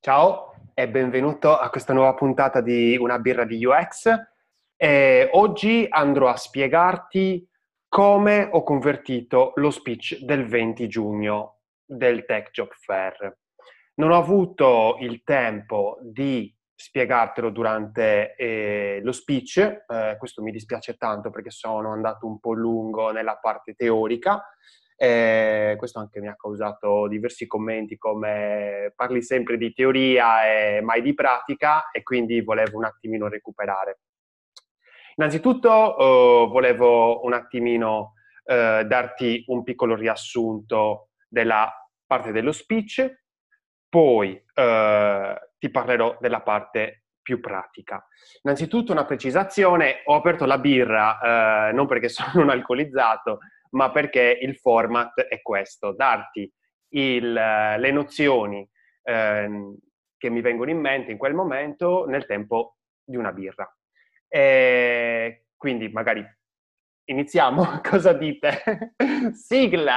Ciao e benvenuto a questa nuova puntata di Una birra di UX. Oggi andrò a spiegarti come ho convertito lo speech del 20 giugno del Tech Job Fair. Non ho avuto il tempo di spiegartelo durante lo speech, questo mi dispiace tanto perché sono andato un po' lungo nella parte teorica. Questo anche mi ha causato diversi commenti come parli sempre di teoria e mai di pratica, e quindi volevo un attimino recuperare. Innanzitutto volevo un attimino darti un piccolo riassunto della parte dello speech, poi ti parlerò della parte più pratica. Innanzitutto una precisazione: ho aperto la birra non perché sono un alcolizzato, ma perché il format è questo: darti le nozioni che mi vengono in mente in quel momento nel tempo di una birra. Quindi magari iniziamo. Cosa dite? Sigla!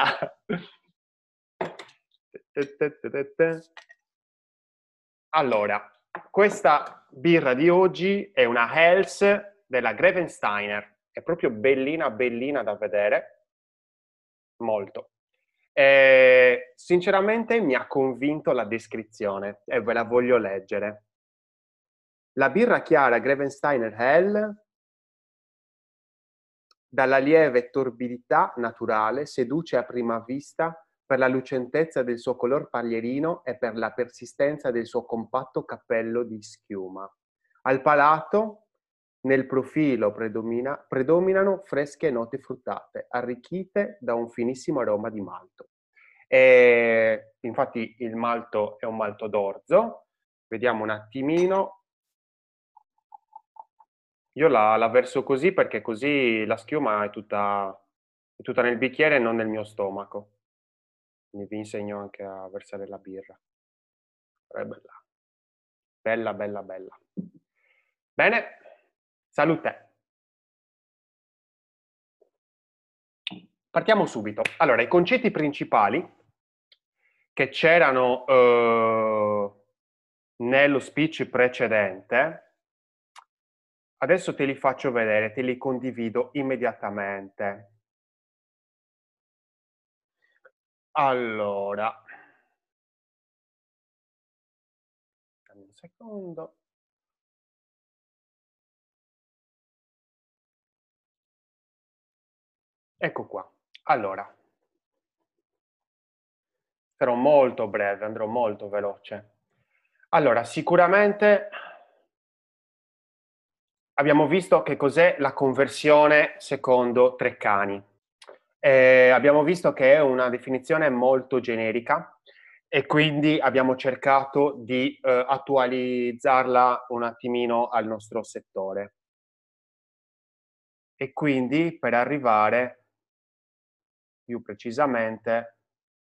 Allora, questa birra di oggi è una Helles della Grevensteiner. È proprio bellina, bellina da vedere. Molto. Sinceramente mi ha convinto la descrizione e ve la voglio leggere. La birra chiara Grevensteiner Hell, dalla lieve torbidità naturale, seduce a prima vista per la lucentezza del suo color paglierino e per la persistenza del suo compatto cappello di schiuma. Al palato, nel profilo predominano fresche note fruttate, arricchite da un finissimo aroma di malto. Infatti il malto è un malto d'orzo. Vediamo un attimino. Io la verso così perché così la schiuma è tutta nel bicchiere e non nel mio stomaco. Quindi vi insegno anche a versare la birra. Però è bella. Bella, bella, bella. Bene, salute. Partiamo subito. Allora, i concetti principali che c'erano nello speech precedente, adesso te li faccio vedere, te li condivido immediatamente. Allora, dammi un secondo. Ecco qua. Allora, sarò molto breve, andrò molto veloce. Allora, sicuramente abbiamo visto che cos'è la conversione secondo Treccani. Abbiamo visto che è una definizione molto generica e quindi abbiamo cercato di attualizzarla un attimino al nostro settore. E quindi per arrivare più precisamente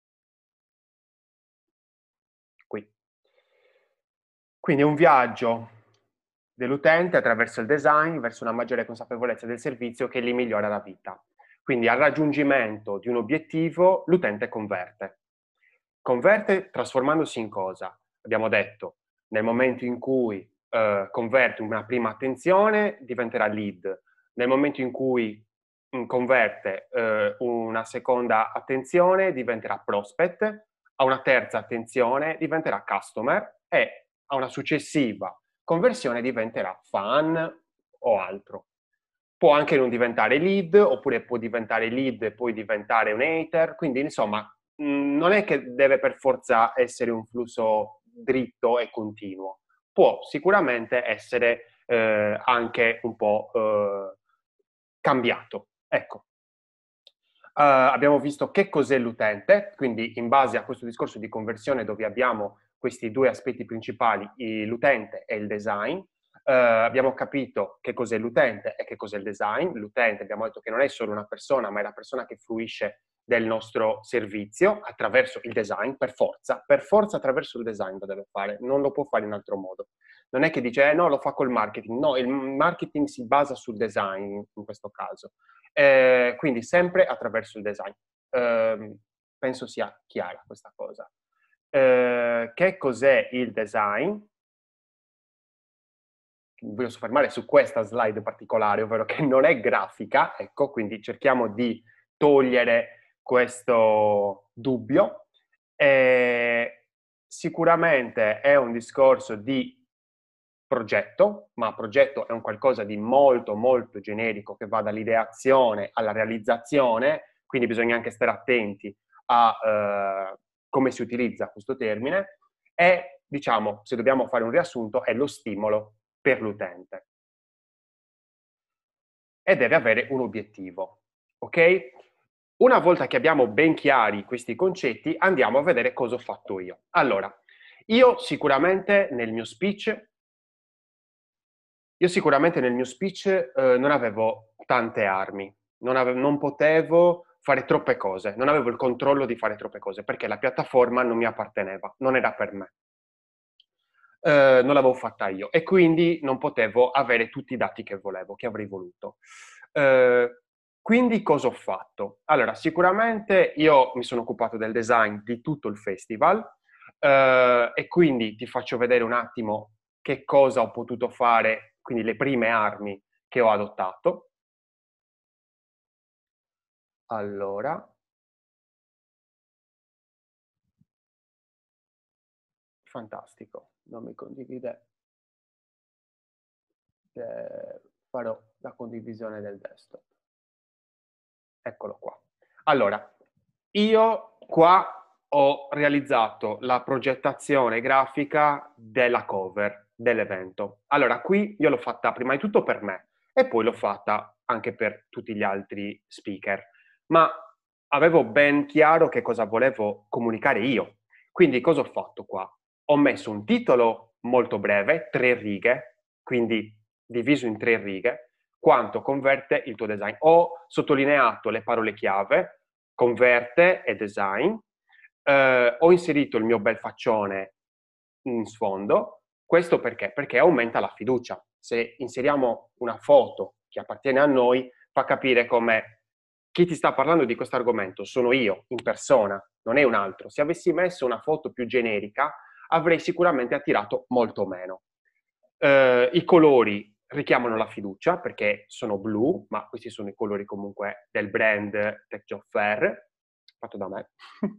qui. Quindi è un viaggio dell'utente attraverso il design verso una maggiore consapevolezza del servizio che gli migliora la vita. Quindi al raggiungimento di un obiettivo l'utente converte. Converte trasformandosi in cosa? Abbiamo detto, nel momento in cui converte una prima attenzione diventerà lead, nel momento in cui converte una seconda attenzione diventerà prospect, a una terza attenzione diventerà customer e a una successiva conversione diventerà fan o altro. Può anche non diventare lead, oppure può diventare lead e poi diventare un hater, quindi insomma non è che deve per forza essere un flusso dritto e continuo, può sicuramente essere anche un po' cambiato. Ecco. Abbiamo visto che cos'è l'utente, quindi in base a questo discorso di conversione dove abbiamo questi due aspetti principali, l'utente e il design. Abbiamo capito che cos'è l'utente e che cos'è il design. L'utente abbiamo detto che non è solo una persona, ma è la persona che fruisce del nostro servizio attraverso il design, per forza attraverso il design lo deve fare, non lo può fare in altro modo. Non è che dice, no, lo fa col marketing. No, il marketing si basa sul design in questo caso. Quindi sempre attraverso il design. Penso sia chiara questa cosa. Che cos'è il design? Mi voglio soffermare su questa slide particolare, ovvero che non è grafica, ecco, quindi cerchiamo di togliere questo dubbio. Sicuramente è un discorso di progetto, ma progetto è un qualcosa di molto molto generico che va dall'ideazione alla realizzazione, quindi bisogna anche stare attenti a come si utilizza questo termine e, diciamo, se dobbiamo fare un riassunto, è lo stimolo per l'utente e deve avere un obiettivo, ok? Una volta che abbiamo ben chiari questi concetti, andiamo a vedere cosa ho fatto io. Allora, io sicuramente nel mio speech non avevo tante armi, non potevo fare troppe cose, non avevo il controllo di fare troppe cose perché la piattaforma non mi apparteneva, non era per me. Non l'avevo fatta io e quindi non potevo avere tutti i dati che volevo, che avrei voluto. Quindi cosa ho fatto? Allora, sicuramente io mi sono occupato del design di tutto il festival e quindi ti faccio vedere un attimo che cosa ho potuto fare, quindi le prime armi che ho adottato. Allora, fantastico, non mi condivide, farò la condivisione del desktop. Eccolo qua. Allora, io qua ho realizzato la progettazione grafica della cover dell'evento. Allora, qui io l'ho fatta prima di tutto per me e poi l'ho fatta anche per tutti gli altri speaker, ma avevo ben chiaro che cosa volevo comunicare io. Quindi cosa ho fatto qua? Ho messo un titolo molto breve, 3 righe, quindi diviso in 3 righe, quanto converte il tuo design. Ho sottolineato le parole chiave, converte e design, ho inserito il mio bel faccione in sfondo, questo perché? Perché aumenta la fiducia. Se inseriamo una foto che appartiene a noi, fa capire come chi ti sta parlando di questo argomento sono io, in persona, non è un altro. Se avessi messo una foto più generica, avrei sicuramente attirato molto meno. I colori richiamano la fiducia perché sono blu, ma questi sono i colori comunque del brand Tech Job Fair, fatto da me.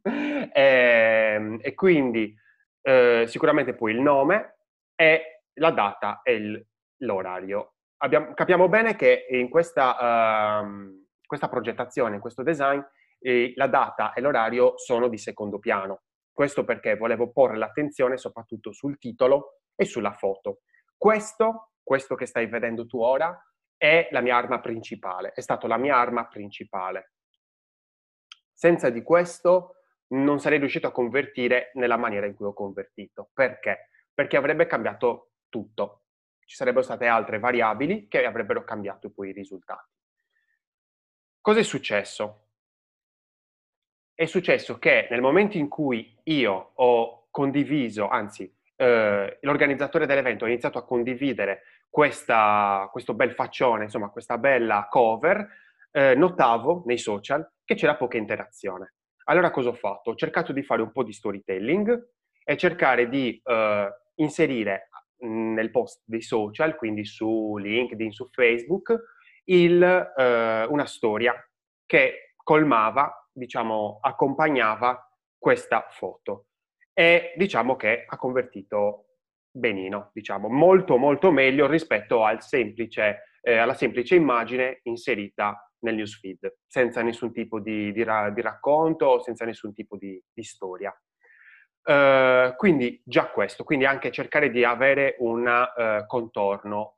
E quindi sicuramente poi il nome e la data e l'orario. Capiamo bene che in questa progettazione, in questo design, la data e l'orario sono di secondo piano. Questo perché volevo porre l'attenzione soprattutto sul titolo e sulla foto. Questo che stai vedendo tu ora è la mia arma principale, è stato la mia arma principale. Senza di questo non sarei riuscito a convertire nella maniera in cui ho convertito. Perché? Perché avrebbe cambiato tutto. Ci sarebbero state altre variabili che avrebbero cambiato poi i risultati. Cosa è successo? È successo che nel momento in cui io ho condiviso, anzi, l'organizzatore dell'evento ha iniziato a condividere questo bel faccione, insomma, questa bella cover, notavo nei social che c'era poca interazione. Allora cosa ho fatto? Ho cercato di fare un po' di storytelling e cercare di inserire nel post dei social, quindi su LinkedIn, su Facebook, una storia che colmava, diciamo, accompagnava questa foto e diciamo che ha convertito benino, diciamo, molto molto meglio rispetto alla semplice immagine inserita nel newsfeed, senza nessun tipo di racconto, senza nessun tipo di storia. Quindi già questo, quindi anche cercare di avere un contorno,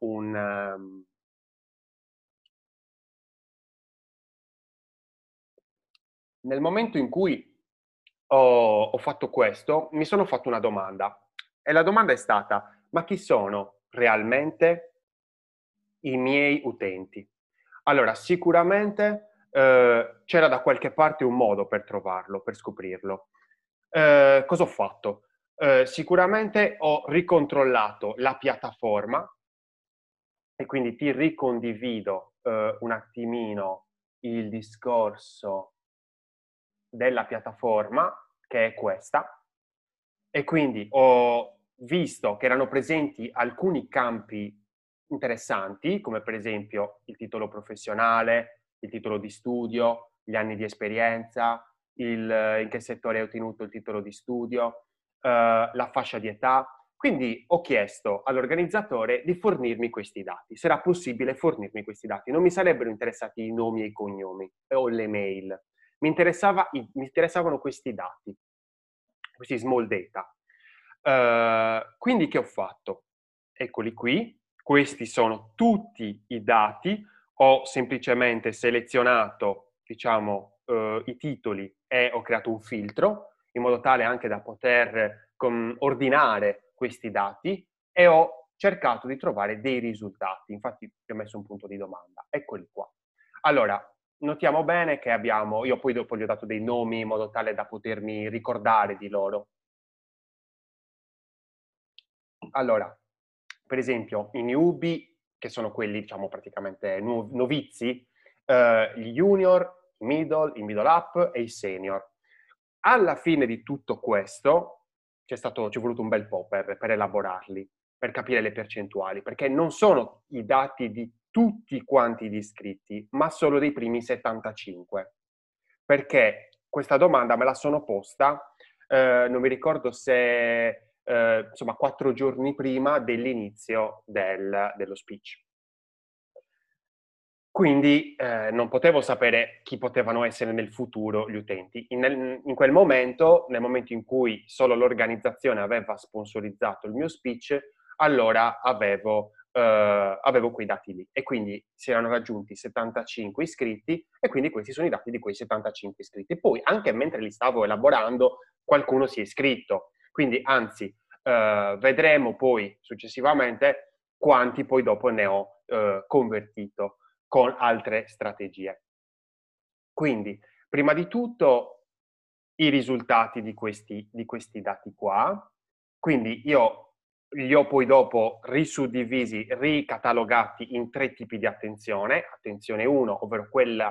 nel momento in cui ho fatto questo, mi sono fatto una domanda e la domanda è stata: ma chi sono realmente i miei utenti? Allora, sicuramente c'era da qualche parte un modo per trovarlo, per scoprirlo. Cosa ho fatto? Sicuramente ho ricontrollato la piattaforma e quindi ti ricondivido un attimino il discorso della piattaforma, che è questa. e quindi ho visto che erano presenti alcuni campi interessanti, come per esempio il titolo professionale, il titolo di studio, gli anni di esperienza, in che settore hai ottenuto il titolo di studio, la fascia di età. Quindi ho chiesto all'organizzatore di fornirmi questi dati, se era possibile fornirmi questi dati. Non mi sarebbero interessati i nomi e i cognomi o le mail, mi interessavano questi dati, questi small data. Quindi che ho fatto? Eccoli qui, questi sono tutti i dati, ho semplicemente selezionato, diciamo, i titoli e ho creato un filtro in modo tale anche da poter ordinare questi dati e ho cercato di trovare dei risultati. Infatti ti ho messo un punto di domanda. Eccoli qua. Allora, notiamo bene che io poi dopo gli ho dato dei nomi in modo tale da potermi ricordare di loro. Allora, per esempio, i newbie, che sono quelli, diciamo, praticamente novizi, gli junior, i middle up e i senior. Alla fine di tutto questo ci è voluto un bel po' per elaborarli, per capire le percentuali, perché non sono i dati di tutti quanti gli iscritti, ma solo dei primi 75. Perché questa domanda me la sono posta, non mi ricordo se, insomma, 4 giorni prima dell'inizio dello speech. Quindi non potevo sapere chi potevano essere nel futuro gli utenti. In quel momento, nel momento in cui solo l'organizzazione aveva sponsorizzato il mio speech, allora avevo quei dati lì. E quindi si erano raggiunti 75 iscritti e quindi questi sono i dati di quei 75 iscritti. Poi, anche mentre li stavo elaborando, qualcuno si è iscritto. Quindi, anzi, vedremo poi successivamente quanti poi dopo ne ho convertito con altre strategie. Quindi, prima di tutto, i risultati di questi dati qua. Quindi io li ho poi dopo risuddivisi, ricatalogati in 3 tipi di attenzione. Attenzione 1, ovvero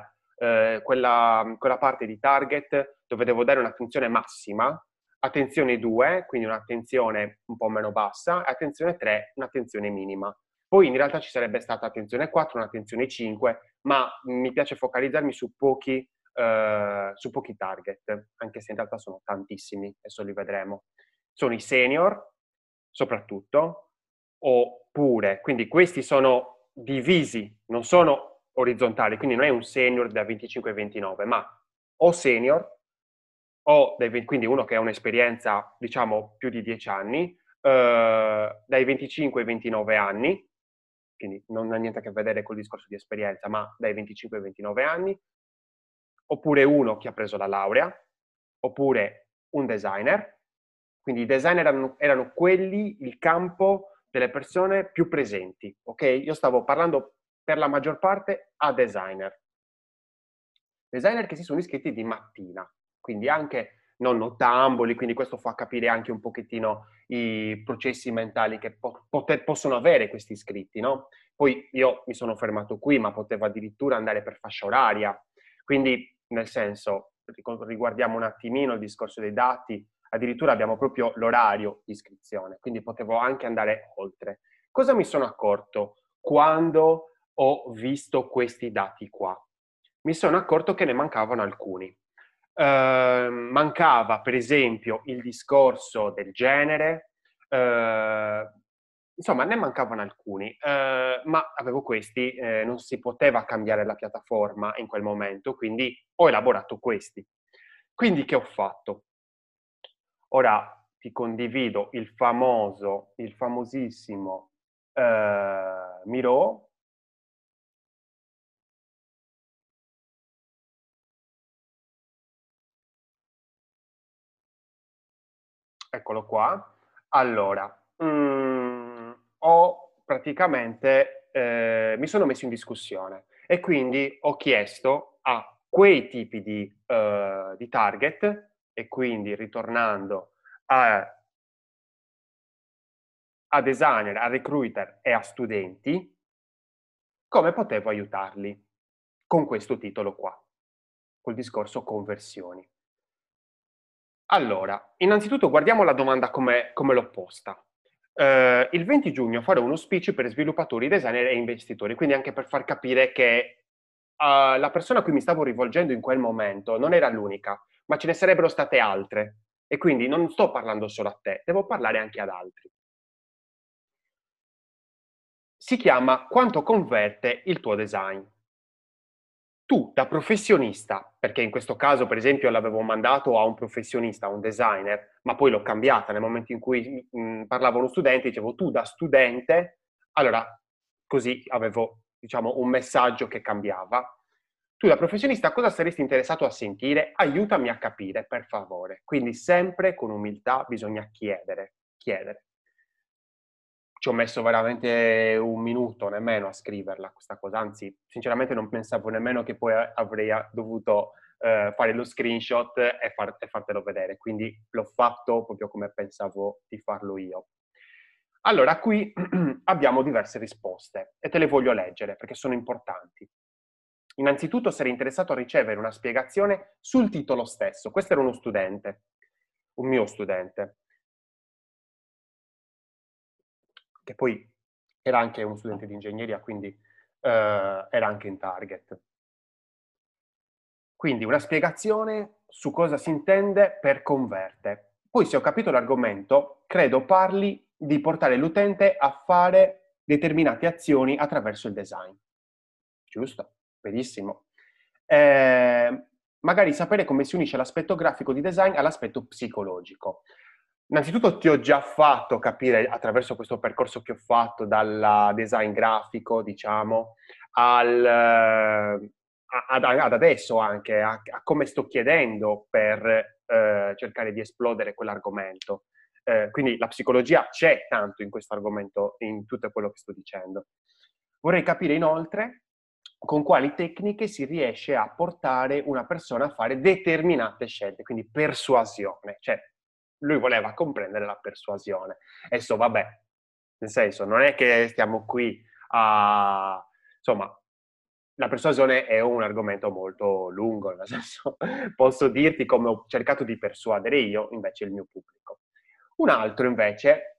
quella parte di target dove devo dare un'attenzione massima. Attenzione 2, quindi un'attenzione un po' meno bassa. E attenzione 3, un'attenzione minima. Poi in realtà ci sarebbe stata attenzione 4, un'attenzione 5, ma mi piace focalizzarmi su pochi target, anche se in realtà sono tantissimi, adesso li vedremo. Sono i senior, soprattutto, oppure, quindi questi sono divisi, non sono orizzontali, quindi non è un senior da 25 a 29, ma o senior, quindi uno che ha un'esperienza, diciamo, più di 10 anni, dai 25 ai 29 anni, quindi non ha niente a che vedere col discorso di esperienza, ma dai 25 ai 29 anni, oppure uno che ha preso la laurea, oppure un designer. Quindi i designer erano quelli, il campo delle persone più presenti, ok? Io stavo parlando per la maggior parte a designer. Designer che si sono iscritti di mattina, quindi anche non nottamboli, quindi questo fa capire anche un pochettino i processi mentali che possono avere questi iscritti, no? Poi io mi sono fermato qui, ma potevo addirittura andare per fascia oraria. Quindi, nel senso, riguardiamo un attimino il discorso dei dati, addirittura abbiamo proprio l'orario di iscrizione, quindi potevo anche andare oltre. Cosa mi sono accorto quando ho visto questi dati qua? Mi sono accorto che ne mancavano alcuni. Mancava, per esempio, il discorso del genere, insomma, ne mancavano alcuni, ma avevo questi, non si poteva cambiare la piattaforma in quel momento, quindi ho elaborato questi. Quindi che ho fatto? Ora ti condivido il famosissimo Miro. Eccolo qua. Allora, ho praticamente, mi sono messo in discussione e quindi ho chiesto a quei tipi di target, e quindi ritornando a designer, a recruiter e a studenti, come potevo aiutarli con questo titolo qua, col discorso conversioni. Allora, innanzitutto guardiamo la domanda come l'ho posta. Il 20 giugno farò uno speech per sviluppatori, designer e investitori, quindi anche per far capire che la persona a cui mi stavo rivolgendo in quel momento non era l'unica, ma ce ne sarebbero state altre. E quindi non sto parlando solo a te, devo parlare anche ad altri. Si chiama Quanto converte il tuo design. Tu, da professionista, perché in questo caso, per esempio, l'avevo mandato a un professionista, a un designer, ma poi l'ho cambiata nel momento in cui parlavo a uno studente, dicevo tu da studente, allora così avevo, diciamo, un messaggio che cambiava. Tu da professionista cosa saresti interessato a sentire? Aiutami a capire, per favore. Quindi sempre con umiltà bisogna chiedere, chiedere. Ci ho messo veramente un minuto, nemmeno a scriverla questa cosa, anzi, sinceramente non pensavo nemmeno che poi avrei dovuto fare lo screenshot e fartelo vedere, quindi l'ho fatto proprio come pensavo di farlo io. Allora, qui abbiamo diverse risposte e te le voglio leggere perché sono importanti. Innanzitutto sarei interessato a ricevere una spiegazione sul titolo stesso. Questo era uno studente, un mio studente, che poi era anche uno studente di ingegneria, quindi era anche in target. Quindi una spiegazione su cosa si intende per converte. Poi, se ho capito l'argomento, credo parli di portare l'utente a fare determinate azioni attraverso il design. Giusto? Benissimo. Magari sapere come si unisce l'aspetto grafico di design all'aspetto psicologico. Innanzitutto ti ho già fatto capire attraverso questo percorso che ho fatto dal design grafico, diciamo, ad adesso anche, a come sto chiedendo per cercare di esplodere quell'argomento. Quindi la psicologia c'è tanto in questo argomento, in tutto quello che sto dicendo. Vorrei capire inoltre con quali tecniche si riesce a portare una persona a fare determinate scelte, quindi persuasione, cioè lui voleva comprendere la persuasione. Adesso vabbè, nel senso, non è che stiamo qui a... insomma, la persuasione è un argomento molto lungo, nel senso, posso dirti come ho cercato di persuadere io invece il mio pubblico. Un altro invece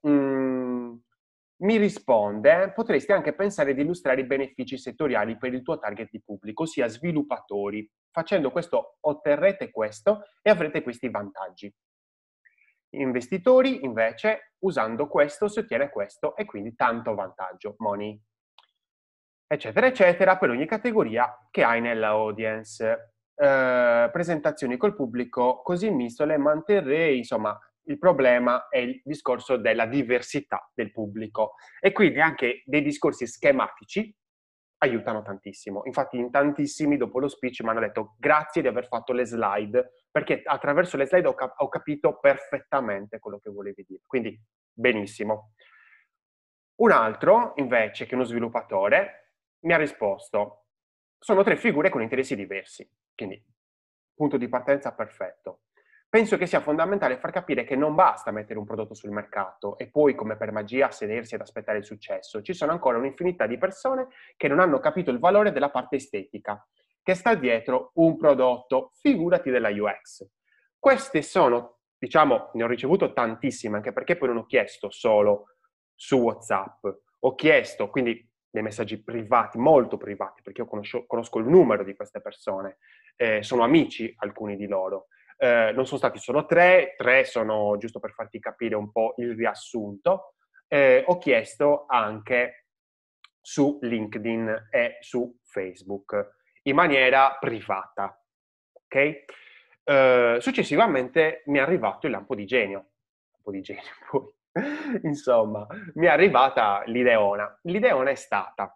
mi risponde, potresti anche pensare di illustrare i benefici settoriali per il tuo target di pubblico, ossia sviluppatori. Facendo questo otterrete questo e avrete questi vantaggi. Investitori, invece, usando questo si ottiene questo e quindi tanto vantaggio, money, eccetera, eccetera, per ogni categoria che hai nella audience. Presentazioni col pubblico così misto le manterrei, insomma, il problema è il discorso della diversità del pubblico e quindi anche dei discorsi schematici aiutano tantissimo. Infatti in tantissimi dopo lo speech mi hanno detto grazie di aver fatto le slide, perché attraverso le slide ho capito perfettamente quello che volevi dire. Quindi benissimo. Un altro, invece, che uno sviluppatore, mi ha risposto, sono tre figure con interessi diversi. Quindi, punto di partenza perfetto. Penso che sia fondamentale far capire che non basta mettere un prodotto sul mercato e poi, come per magia, sedersi ed aspettare il successo. Ci sono ancora un'infinità di persone che non hanno capito il valore della parte estetica, che sta dietro un prodotto, figurati della UX. Queste sono, diciamo, ne ho ricevuto tantissime, anche perché poi non ho chiesto solo su WhatsApp, ho chiesto, quindi dei messaggi privati, molto privati, perché io conosco il numero di queste persone, sono amici alcuni di loro. Non sono stati solo tre sono, giusto per farti capire un po' il riassunto, ho chiesto anche su LinkedIn e su Facebook, in maniera privata, ok? Successivamente mi è arrivato il lampo di genio, poi, insomma, mi è arrivata l'ideona. L'ideona è stata,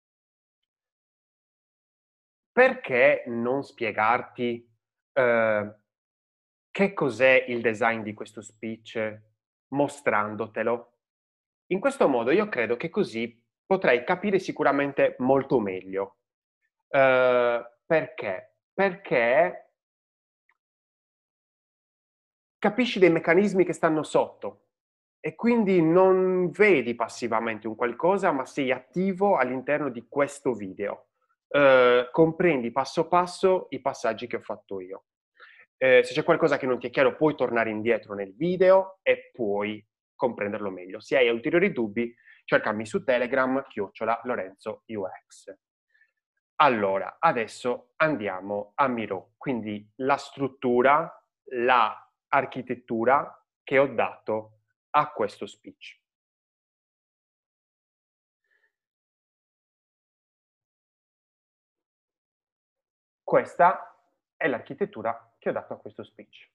perché non spiegarti che cos'è il design di questo speech mostrandotelo? In questo modo io credo che così potrai capire sicuramente molto meglio. Perché? Perché capisci dei meccanismi che stanno sotto e quindi non vedi passivamente un qualcosa, ma sei attivo all'interno di questo video. Comprendi passo passo i passaggi che ho fatto io. Se c'è qualcosa che non ti è chiaro, puoi tornare indietro nel video e puoi comprenderlo meglio. Se hai ulteriori dubbi, cercami su Telegram, @LorenzoUX. Allora, adesso andiamo a Miro, quindi la struttura, la architettura che ho dato a questo speech. Questa è l'architettura che ho dato a questo speech.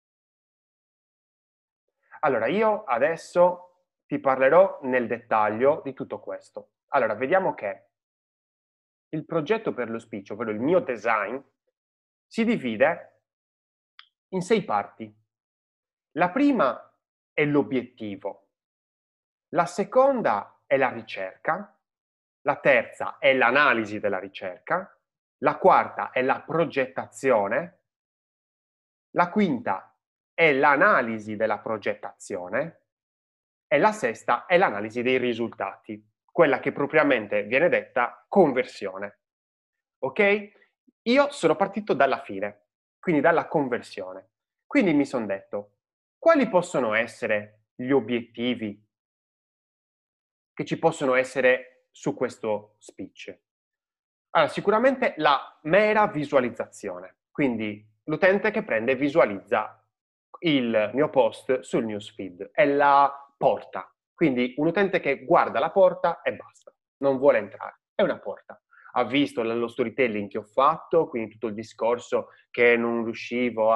Allora, io adesso ti parlerò nel dettaglio di tutto questo. Allora, vediamo che il progetto per lo speech, ovvero il mio design, si divide in 6 parti. La prima è l'obiettivo, la seconda è la ricerca, la terza è l'analisi della ricerca, la quarta è la progettazione, la quinta è l'analisi della progettazione e la sesta è l'analisi dei risultati, quella che propriamente viene detta conversione. Ok? Io sono partito dalla fine, quindi dalla conversione. Quindi mi sono detto, quali possono essere gli obiettivi che ci possono essere su questo speech? Allora, sicuramente la mera visualizzazione, quindi l'utente che prende e visualizza il mio post sul newsfeed, è la porta, quindi un utente che guarda la porta e basta, non vuole entrare, è una porta. Ha visto lo storytelling che ho fatto, quindi tutto il discorso che non riuscivo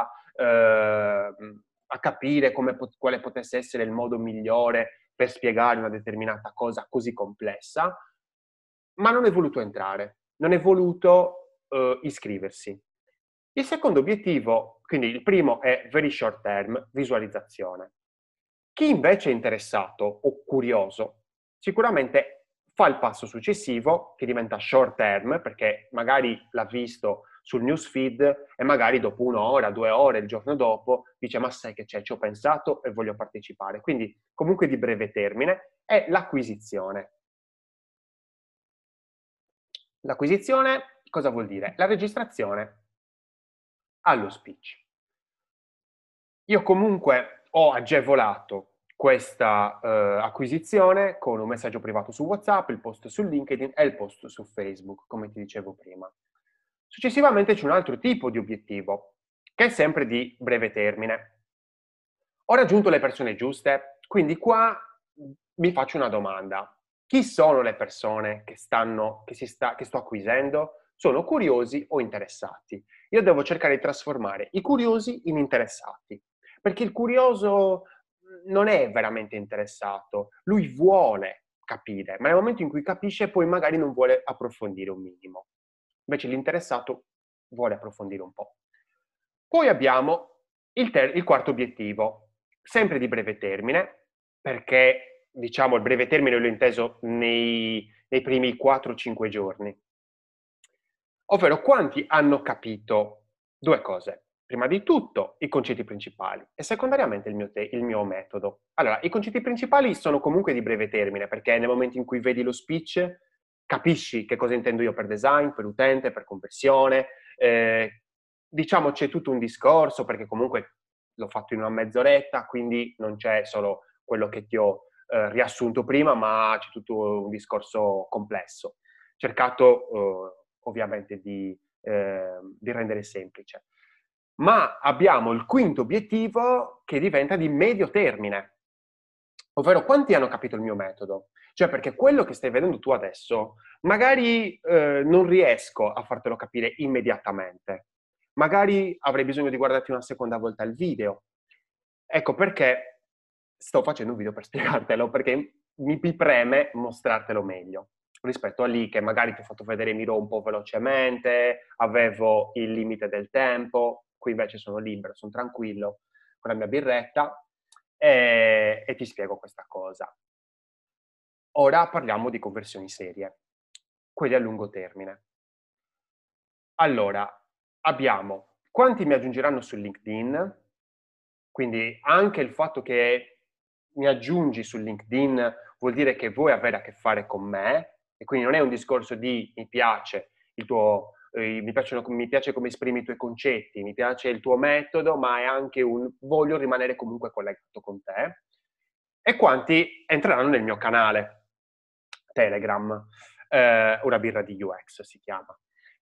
a capire quale potesse essere il modo migliore per spiegare una determinata cosa così complessa, ma non è voluto entrare, non è voluto iscriversi. Il secondo obiettivo, quindi il primo è very short term, visualizzazione. Chi invece è interessato o curioso, sicuramente fa il passo successivo, che diventa short term, perché magari l'ha visto sul newsfeed e magari dopo 1 ora, 2 ore, il giorno dopo, dice ma sai che c'è, ci ho pensato e voglio partecipare. Quindi comunque di breve termine è l'acquisizione. L'acquisizione cosa vuol dire? La registrazione allo speech. Io comunque ho agevolato questa acquisizione con un messaggio privato su WhatsApp, il post su LinkedIn e il post su Facebook, come ti dicevo prima. Successivamente c'è un altro tipo di obiettivo, che è sempre di breve termine. Ho raggiunto le persone giuste, quindi qua mi faccio una domanda. Chi sono le persone che sto acquisendo? Sono curiosi o interessati? Io devo cercare di trasformare i curiosi in interessati, perché il curioso non è veramente interessato, lui vuole capire, ma nel momento in cui capisce poi magari non vuole approfondire un minimo. Invece l'interessato vuole approfondire un po'. Poi abbiamo il quarto obiettivo, sempre di breve termine, perché diciamo il breve termine l'ho inteso nei primi 4-5 giorni. Ovvero quanti hanno capito due cose. Prima di tutto i concetti principali e secondariamente il mio metodo. Allora, i concetti principali sono comunque di breve termine, perché nel momento in cui vedi lo speech capisci che cosa intendo io per design, per utente, per conversione. Diciamo c'è tutto un discorso, perché comunque l'ho fatto in una mezz'oretta, quindi non c'è solo quello che ti ho riassunto prima, ma c'è tutto un discorso complesso. Cercato ovviamente di rendere semplice. Ma abbiamo il quinto obiettivo che diventa di medio termine, ovvero quanti hanno capito il mio metodo? Cioè, perché quello che stai vedendo tu adesso, magari non riesco a fartelo capire immediatamente, magari avrei bisogno di guardarti una seconda volta il video. Ecco perché sto facendo un video per spiegartelo, perché mi preme mostrartelo meglio rispetto a lì che magari ti ho fatto vedere Miro un po' velocemente, avevo il limite del tempo, qui invece sono libero, sono tranquillo con la mia birretta e ti spiego questa cosa. Ora parliamo di conversioni serie, quelle a lungo termine. Allora, abbiamo quanti mi aggiungeranno su LinkedIn, quindi anche il fatto che mi aggiungi su LinkedIn vuol dire che vuoi avere a che fare con me, e quindi non è un discorso di mi piace il tuo mi piace come esprimi i tuoi concetti, mi piace il tuo metodo, ma è anche voglio rimanere comunque collegato con te. E quanti entreranno nel mio canale Telegram, una birra di UX si chiama.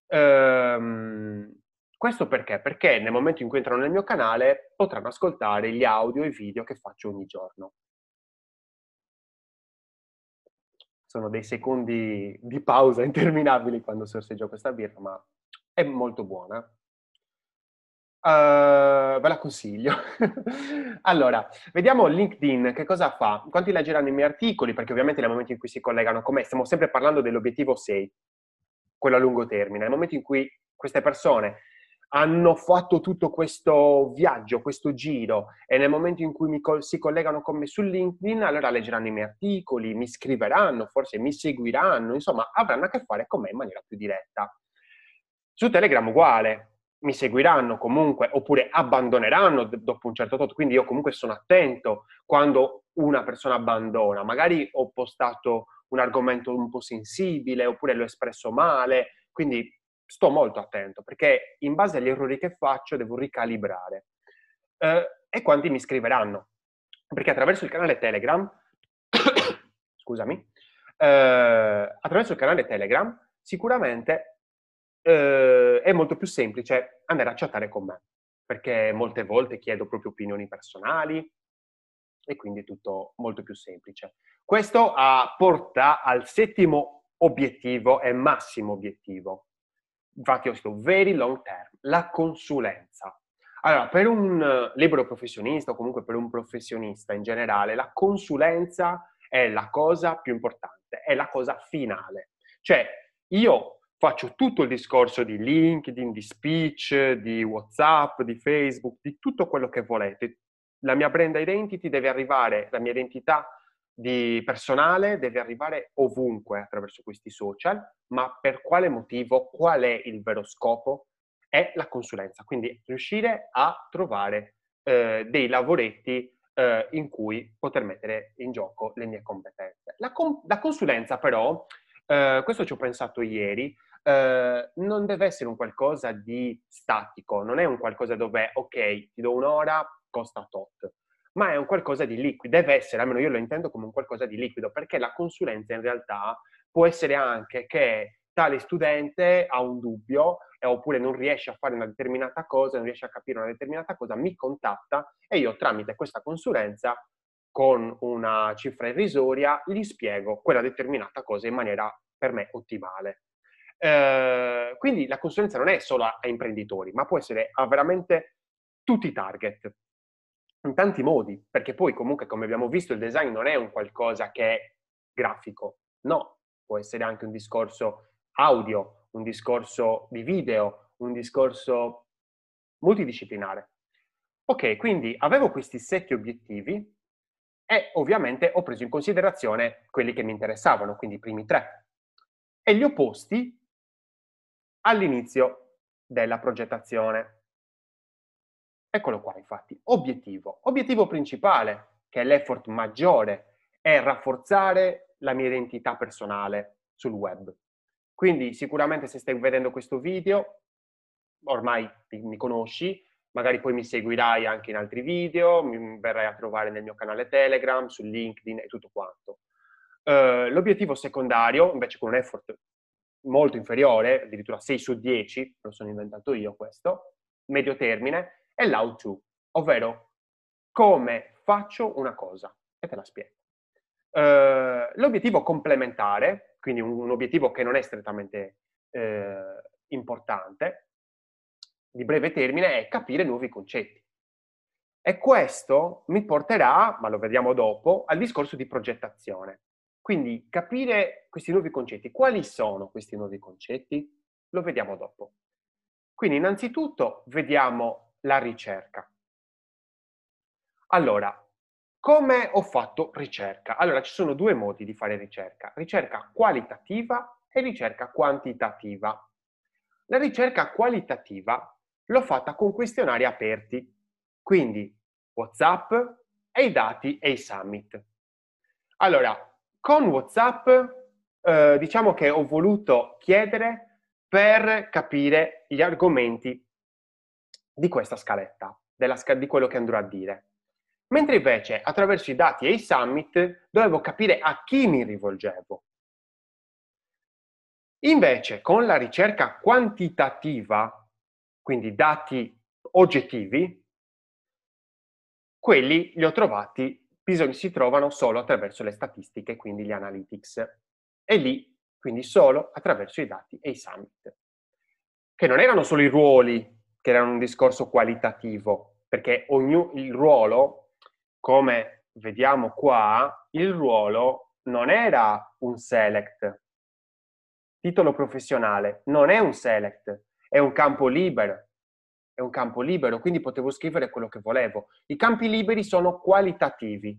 Questo perché? Perché nel momento in cui entrano nel mio canale potranno ascoltare gli audio e i video che faccio ogni giorno. Sono dei secondi di pausa interminabili quando sorseggio questa birra, ma è molto buona. Ve la consiglio. Allora, vediamo LinkedIn che cosa fa. Quanti leggeranno i miei articoli? Perché ovviamente nel momento in cui si collegano con me, stiamo sempre parlando dell'obiettivo 6, quello a lungo termine. Nel momento in cui queste persone hanno fatto tutto questo viaggio, questo giro, e nel momento in cui si collegano con me su LinkedIn, allora leggeranno i miei articoli, mi scriveranno, forse mi seguiranno, insomma, avranno a che fare con me in maniera più diretta. Su Telegram uguale, mi seguiranno comunque, oppure abbandoneranno dopo un certo tot, quindi io comunque sono attento quando una persona abbandona. Magari ho postato un argomento un po' sensibile, oppure l'ho espresso male, quindi sto molto attento, perché in base agli errori che faccio devo ricalibrare. E quanti mi scriveranno? Perché attraverso il canale Telegram, scusami, attraverso il canale Telegram sicuramente è molto più semplice andare a chattare con me, perché molte volte chiedo proprio opinioni personali e quindi è tutto molto più semplice. Questo porta al settimo obiettivo e massimo obiettivo. Infatti ho scritto very long term, la consulenza. Allora, per un libero professionista o comunque per un professionista in generale, la consulenza è la cosa più importante, è la cosa finale. Cioè, io faccio tutto il discorso di LinkedIn, di speech, di WhatsApp, di Facebook, di tutto quello che volete. La mia brand identity deve arrivare, la mia identità di personale deve arrivare ovunque attraverso questi social, ma per quale motivo? Qual è il vero scopo? È la consulenza, quindi riuscire a trovare dei lavoretti in cui poter mettere in gioco le mie competenze. La consulenza però, questo ci ho pensato ieri, non deve essere un qualcosa di statico, non è un qualcosa dove, ok, ti do un'ora, costa tot, ma è un qualcosa di liquido, deve essere, almeno io lo intendo come un qualcosa di liquido, perché la consulenza in realtà può essere anche che tale studente ha un dubbio oppure non riesce a fare una determinata cosa, non riesce a capire una determinata cosa, mi contatta e io tramite questa consulenza con una cifra irrisoria gli spiego quella determinata cosa in maniera per me ottimale. Quindi la consulenza non è solo a imprenditori, ma può essere a veramente tutti i target, in tanti modi, perché poi comunque come abbiamo visto il design non è un qualcosa che è grafico, no, può essere anche un discorso audio, un discorso di video, un discorso multidisciplinare. Ok, quindi avevo questi 7 obiettivi e ovviamente ho preso in considerazione quelli che mi interessavano, quindi i primi 3, e li ho posti all'inizio della progettazione. Eccolo qua, infatti. Obiettivo. Obiettivo principale, che è l'effort maggiore, è rafforzare la mia identità personale sul web. Quindi sicuramente se stai vedendo questo video, ormai mi conosci, magari poi mi seguirai anche in altri video, mi verrai a trovare nel mio canale Telegram, su LinkedIn e tutto quanto. L'obiettivo secondario, invece con un effort molto inferiore, addirittura 6 su 10, lo sono inventato io questo, medio termine, è l'how to, ovvero come faccio una cosa. E te la spiego. L'obiettivo complementare, quindi un obiettivo che non è strettamente importante, di breve termine, è capire nuovi concetti. E questo mi porterà, ma lo vediamo dopo, al discorso di progettazione. Quindi capire questi nuovi concetti. Quali sono questi nuovi concetti? Lo vediamo dopo. Quindi innanzitutto vediamo la ricerca. Allora, come ho fatto ricerca? Allora, ci sono due modi di fare ricerca qualitativa e ricerca quantitativa. La ricerca qualitativa l'ho fatta con questionari aperti, quindi WhatsApp e i dati e i summit. Allora, con WhatsApp diciamo che ho voluto chiedere per capire gli argomenti di questa scaletta, di quello che andrò a dire. Mentre invece attraverso i dati e i summit dovevo capire a chi mi rivolgevo. Invece con la ricerca quantitativa, quindi dati oggettivi, quelli li ho trovati, si trovano solo attraverso le statistiche, quindi gli analytics. E lì, quindi solo attraverso i dati e i summit. Che non erano solo i ruoli, che erano un discorso qualitativo, perché il ruolo, come vediamo qua, il ruolo non era un select. Titolo professionale non è un select, è un campo libero. È un campo libero, quindi potevo scrivere quello che volevo. I campi liberi sono qualitativi.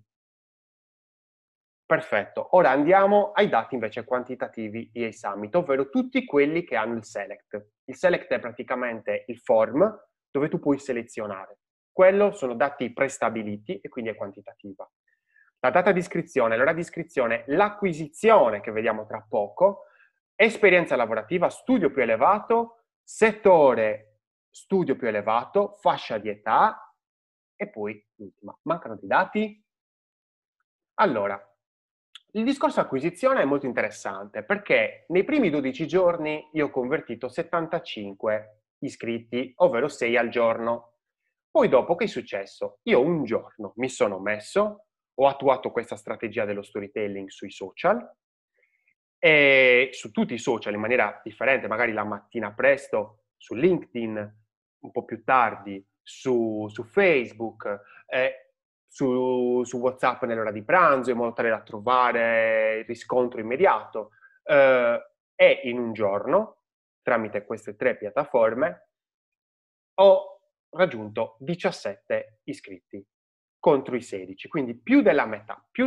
Perfetto. Ora andiamo ai dati invece quantitativi e ai summit, ovvero tutti quelli che hanno il select. Il select è praticamente il form dove tu puoi selezionare. Quello sono dati prestabiliti e quindi è quantitativa. La data di iscrizione, l'ora di iscrizione, l'acquisizione che vediamo tra poco, esperienza lavorativa, studio più elevato, settore studio più elevato, fascia di età e poi l'ultima. Mancano dei dati? Allora, il discorso acquisizione è molto interessante perché nei primi 12 giorni io ho convertito 75 iscritti, ovvero 6 al giorno. Poi dopo che è successo? Io un giorno mi sono messo, ho attuato questa strategia dello storytelling sui social e su tutti i social in maniera differente, magari la mattina presto su LinkedIn, un po' più tardi su Facebook, su WhatsApp nell'ora di pranzo, in modo tale da trovare il riscontro immediato. E in un giorno, tramite queste 3 piattaforme, ho raggiunto 17 iscritti contro i 16, quindi più della metà, più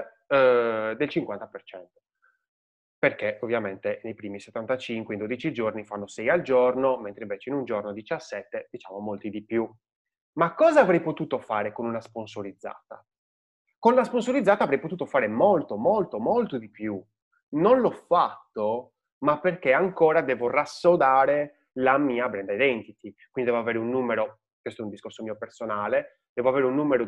del 50%. Perché ovviamente nei primi 75, in 12 giorni, fanno 6 al giorno, mentre invece in un giorno 17, diciamo molti di più. Ma cosa avrei potuto fare con una sponsorizzata? Con la sponsorizzata avrei potuto fare molto, molto, molto di più. Non l'ho fatto, ma perché ancora devo rassodare la mia brand identity. Quindi devo avere un numero, questo è un discorso mio personale, devo avere un numero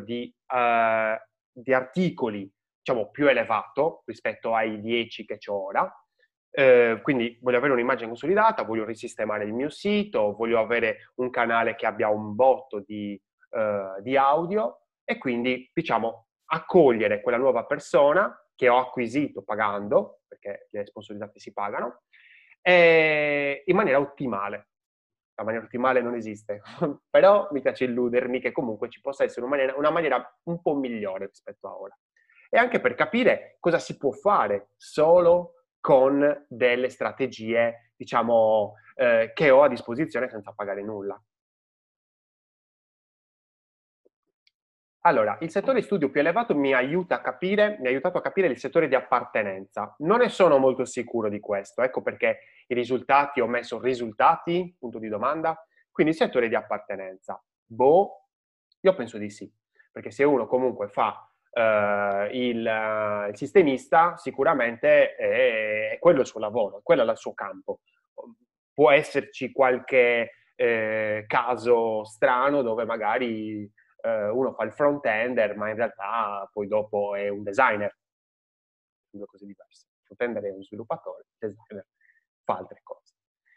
di articoli, diciamo, più elevato rispetto ai 10 che ho ora. Quindi voglio avere un'immagine consolidata, voglio risistemare il mio sito, voglio avere un canale che abbia un botto di audio e quindi, diciamo, accogliere quella nuova persona che ho acquisito pagando, perché le sponsorizzate si pagano, in maniera ottimale. La maniera ottimale non esiste, però mi piace illudermi che comunque ci possa essere una maniera un po' migliore rispetto a ora. E anche per capire cosa si può fare solo con delle strategie, diciamo, che ho a disposizione senza pagare nulla. Allora, il settore studio più elevato mi ha aiutato a capire il settore di appartenenza. Non ne sono molto sicuro di questo, ecco perché i risultati, ho messo risultati, punto di domanda, quindi il settore di appartenenza. Boh, io penso di sì, perché se uno comunque fa il sistemista, sicuramente è quello il suo lavoro, quello è il suo campo. Può esserci qualche caso strano dove magari uno fa il front-ender, ma in realtà poi dopo è un designer. Sono due cose diverse. Il front-ender è un sviluppatore, il designer fa altre cose.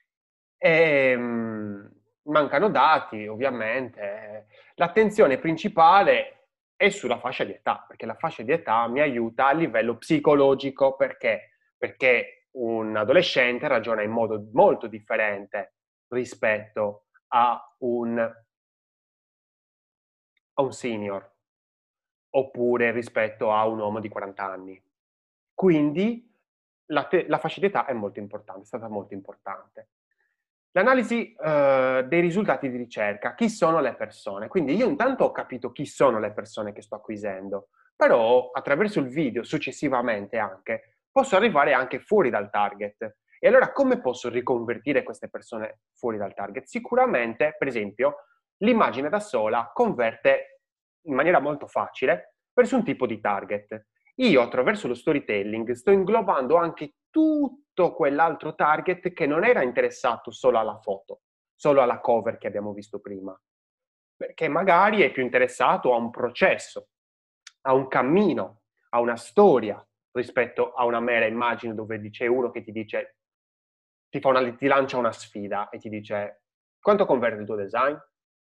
Mancano dati, ovviamente. L'attenzione principale è sulla fascia di età, perché la fascia di età mi aiuta a livello psicologico, perché? Perché un adolescente ragiona in modo molto differente rispetto a un senior, oppure rispetto a un uomo di 40 anni. Quindi la fascia di età è molto importante, è stata molto importante. L'analisi dei risultati di ricerca, chi sono le persone? Quindi io intanto ho capito chi sono le persone che sto acquisendo, però attraverso il video successivamente anche posso arrivare anche fuori dal target. E allora come posso riconvertire queste persone fuori dal target? Sicuramente, per esempio, l'immagine da sola converte in maniera molto facile verso un tipo di target. Io attraverso lo storytelling sto inglobando anche tutto quell'altro target che non era interessato solo alla foto, solo alla cover che abbiamo visto prima, perché magari è più interessato a un processo, a un cammino, a una storia, rispetto a una mera immagine dove dice uno che ti dice, ti lancia una sfida e ti dice quanto converte il tuo design?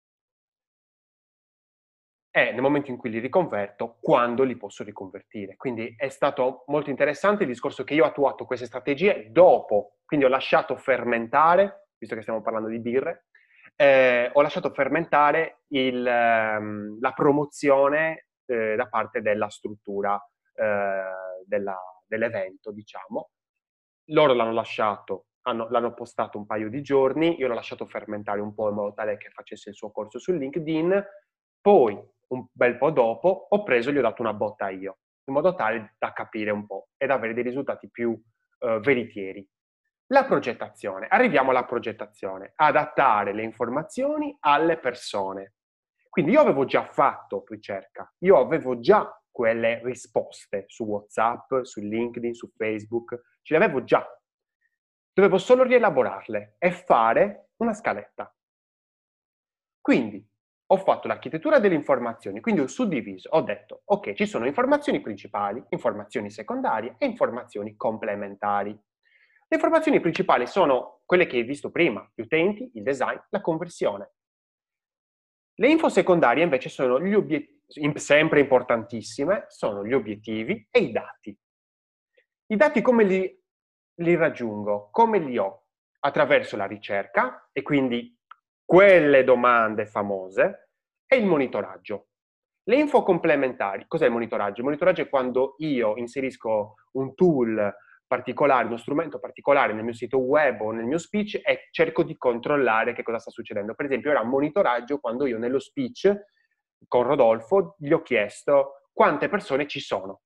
E nel momento in cui li riconverto, quando li posso riconvertire. Quindi è stato molto interessante il discorso che io ho attuato queste strategie dopo, quindi ho lasciato fermentare, visto che stiamo parlando di birre, ho lasciato fermentare la promozione da parte della struttura dell'evento, diciamo. Loro l'hanno lasciato, l'hanno postato un paio di giorni, io l'ho lasciato fermentare un po' in modo tale che facesse il suo corso su LinkedIn, poi un bel po' dopo ho preso e gli ho dato una botta io, in modo tale da capire un po' ed avere dei risultati più veritieri. La progettazione, arriviamo alla progettazione, adattare le informazioni alle persone. Quindi io avevo già fatto ricerca, io avevo già quelle risposte su WhatsApp, su LinkedIn, su Facebook, ce le avevo già. Dovevo solo rielaborarle e fare una scaletta. Quindi ho fatto l'architettura delle informazioni, quindi ho suddiviso, ho detto, ok, ci sono informazioni principali, informazioni secondarie e informazioni complementari. Le informazioni principali sono quelle che hai visto prima, gli utenti, il design, la conversione. Le info secondarie invece sono gli obiettivi, sempre importantissime, sono gli obiettivi e i dati. I dati come li raggiungo? Come li ho? Attraverso la ricerca e quindi quelle domande famose e il monitoraggio. Le info complementari, cos'è il monitoraggio? Il monitoraggio è quando io inserisco un tool particolare, uno strumento particolare nel mio sito web o nel mio speech e cerco di controllare che cosa sta succedendo. Per esempio, era un monitoraggio quando io nello speech con Rodolfo gli ho chiesto quante persone ci sono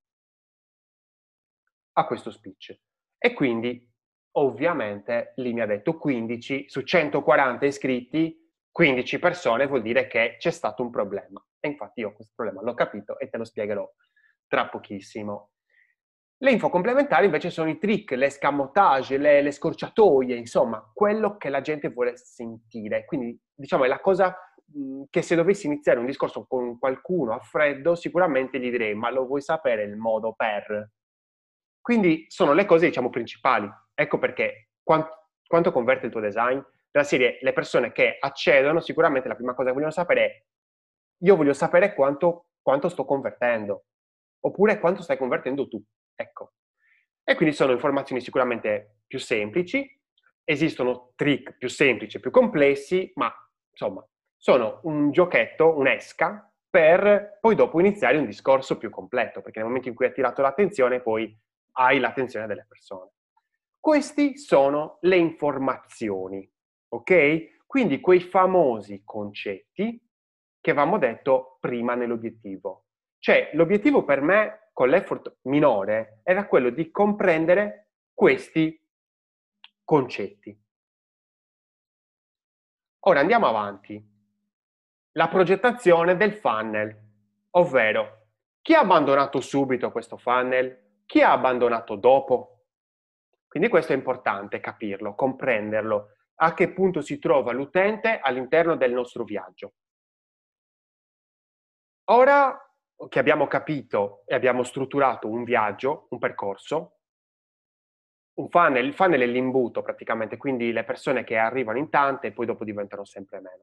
a questo speech. E quindi, ovviamente, lì mi ha detto 15 su 140 iscritti, 15 persone vuol dire che c'è stato un problema. E infatti io questo problema l'ho capito e te lo spiegherò tra pochissimo. Le info complementari invece sono i trick, le escamotage, le scorciatoie, insomma, quello che la gente vuole sentire. Quindi, diciamo, è la cosa che se dovessi iniziare un discorso con qualcuno a freddo, sicuramente gli direi, ma lo vuoi sapere il modo per? Quindi sono le cose, diciamo, principali. Ecco perché quanto converte il tuo design? Della serie, le persone che accedono, sicuramente la prima cosa che vogliono sapere è io voglio sapere quanto sto convertendo, oppure quanto stai convertendo tu. Ecco. E quindi sono informazioni sicuramente più semplici, esistono trick più semplici e più complessi, ma insomma, sono un giochetto, un'esca, per poi dopo iniziare un discorso più completo, perché nel momento in cui hai attirato l'attenzione, poi hai l'attenzione delle persone. Queste sono le informazioni, ok? Quindi quei famosi concetti che avevamo detto prima nell'obiettivo. Cioè, l'obiettivo per me, con l'effort minore, era quello di comprendere questi concetti. Ora andiamo avanti. La progettazione del funnel, ovvero chi ha abbandonato subito questo funnel, chi ha abbandonato dopo. Quindi questo è importante capirlo, comprenderlo, a che punto si trova l'utente all'interno del nostro viaggio. Ora che abbiamo capito e abbiamo strutturato un viaggio, un percorso, il funnel è l'imbuto praticamente, quindi le persone che arrivano in tante e poi dopo diventano sempre meno.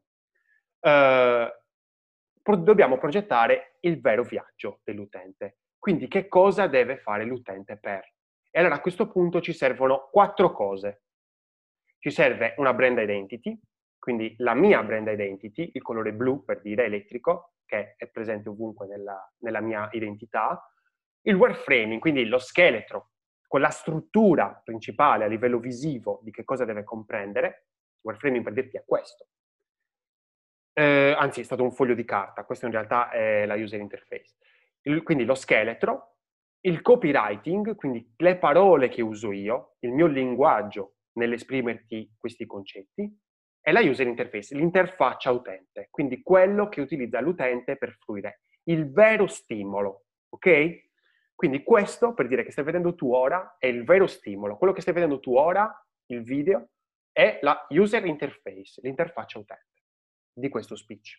Dobbiamo progettare il vero viaggio dell'utente. Quindi che cosa deve fare l'utente per? E allora a questo punto ci servono 4 cose. Ci serve una brand identity, quindi la mia brand identity, il colore blu per dire elettrico, che è presente ovunque nella mia identità, il wireframing, quindi lo scheletro, con la struttura principale a livello visivo di che cosa deve comprendere. Il wireframing per dirti è questo. Anzi, è stato un foglio di carta, questo in realtà è la user interface. Quindi lo scheletro, il copywriting, quindi le parole che uso io, il mio linguaggio nell'esprimerti questi concetti, e la user interface, l'interfaccia utente, quindi quello che utilizza l'utente per fruire il vero stimolo, ok? Quindi questo, per dire che stai vedendo tu ora, è il vero stimolo. Quello che stai vedendo tu ora, il video, è la user interface, l'interfaccia utente di questo speech.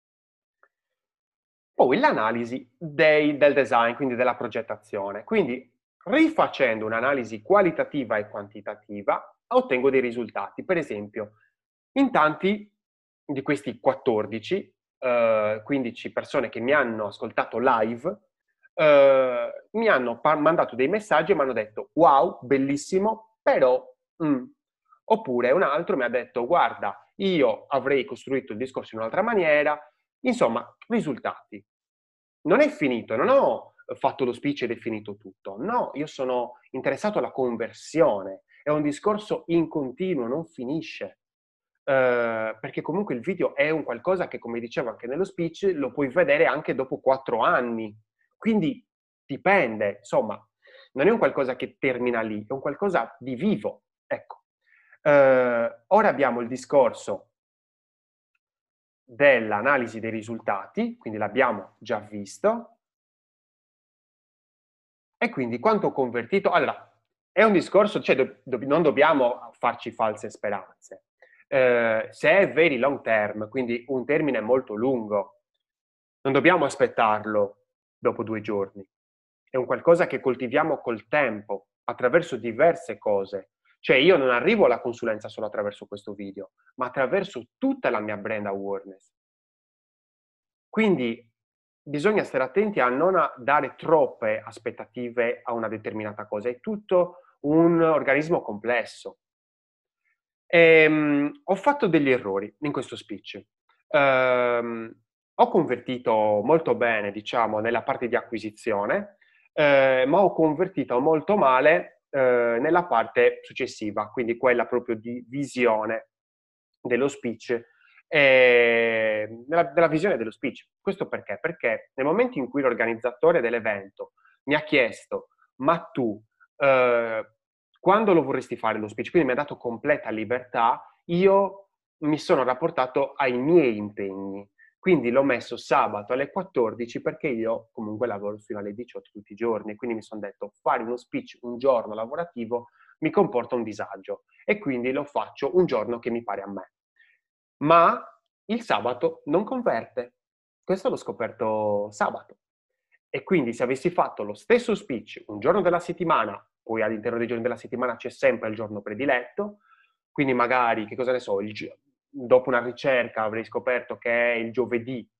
Poi l'analisi del design, quindi della progettazione. Quindi rifacendo un'analisi qualitativa e quantitativa ottengo dei risultati. Per esempio, in tanti di questi 14, 15 persone che mi hanno ascoltato live, mi hanno mandato dei messaggi e mi hanno detto wow, bellissimo, però... Oppure un altro mi ha detto guarda, io avrei costruito il discorso in un'altra maniera. Insomma, risultati. Non è finito, non ho fatto lo speech ed è finito tutto. No, io sono interessato alla conversione. È un discorso in continuo, non finisce. Perché comunque il video è un qualcosa che, come dicevo anche nello speech, lo puoi vedere anche dopo 4 anni. Quindi dipende, insomma, non è un qualcosa che termina lì, è un qualcosa di vivo. Ecco. Ora abbiamo il discorso dell'analisi dei risultati, quindi l'abbiamo già visto. E quindi quanto ho convertito? Allora, è un discorso, cioè non dobbiamo farci false speranze. Se è very long term, quindi un termine molto lungo, non dobbiamo aspettarlo dopo 2 giorni. È un qualcosa che coltiviamo col tempo, attraverso diverse cose. Cioè io non arrivo alla consulenza solo attraverso questo video, ma attraverso tutta la mia brand awareness. Quindi bisogna stare attenti a non dare troppe aspettative a una determinata cosa, è tutto un organismo complesso. Ho fatto degli errori in questo speech. Ho convertito molto bene, diciamo, nella parte di acquisizione, ma ho convertito molto male nella parte successiva, quindi quella proprio di visione dello speech, della visione dello speech. Questo perché? Perché nel momento in cui l'organizzatore dell'evento mi ha chiesto, ma tu quando lo vorresti fare lo speech? Quindi mi ha dato completa libertà, io mi sono rapportato ai miei impegni. Quindi l'ho messo sabato alle 14 perché io comunque lavoro fino alle 18 tutti i giorni, quindi mi sono detto fare uno speech un giorno lavorativo mi comporta un disagio e quindi lo faccio un giorno che mi pare a me. Ma il sabato non converte. Questo l'ho scoperto sabato. E quindi se avessi fatto lo stesso speech un giorno della settimana, poi all'interno dei giorni della settimana c'è sempre il giorno prediletto, quindi magari, che cosa ne so, dopo una ricerca avrei scoperto che è il giovedì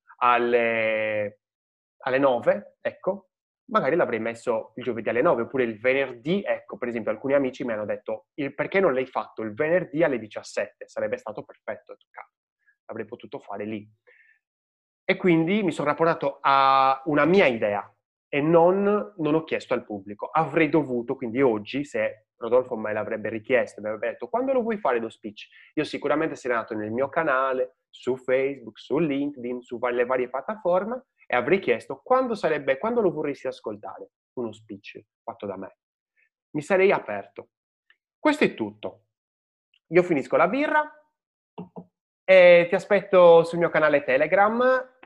alle 9, ecco, magari l'avrei messo il giovedì alle 9, oppure il venerdì, ecco, per esempio alcuni amici mi hanno detto perché non l'hai fatto il venerdì alle 17? Sarebbe stato perfetto, toccato. L'avrei potuto fare lì. E quindi mi sono rapportato a una mia idea e non ho chiesto al pubblico. Avrei dovuto, quindi oggi, se Rodolfo me l'avrebbe richiesto, mi avrebbe detto quando lo vuoi fare lo speech? Io sicuramente sarei andato nel mio canale, su Facebook, su LinkedIn, su le varie piattaforme e avrei chiesto quando lo vorresti ascoltare uno speech fatto da me. Mi sarei aperto. Questo è tutto. Io finisco la birra e ti aspetto sul mio canale Telegram,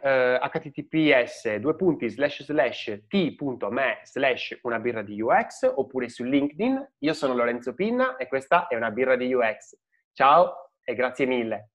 https://t.me/una birra di UX oppure su LinkedIn. Io sono Lorenzo Pinna e questa è una birra di UX. Ciao e grazie mille.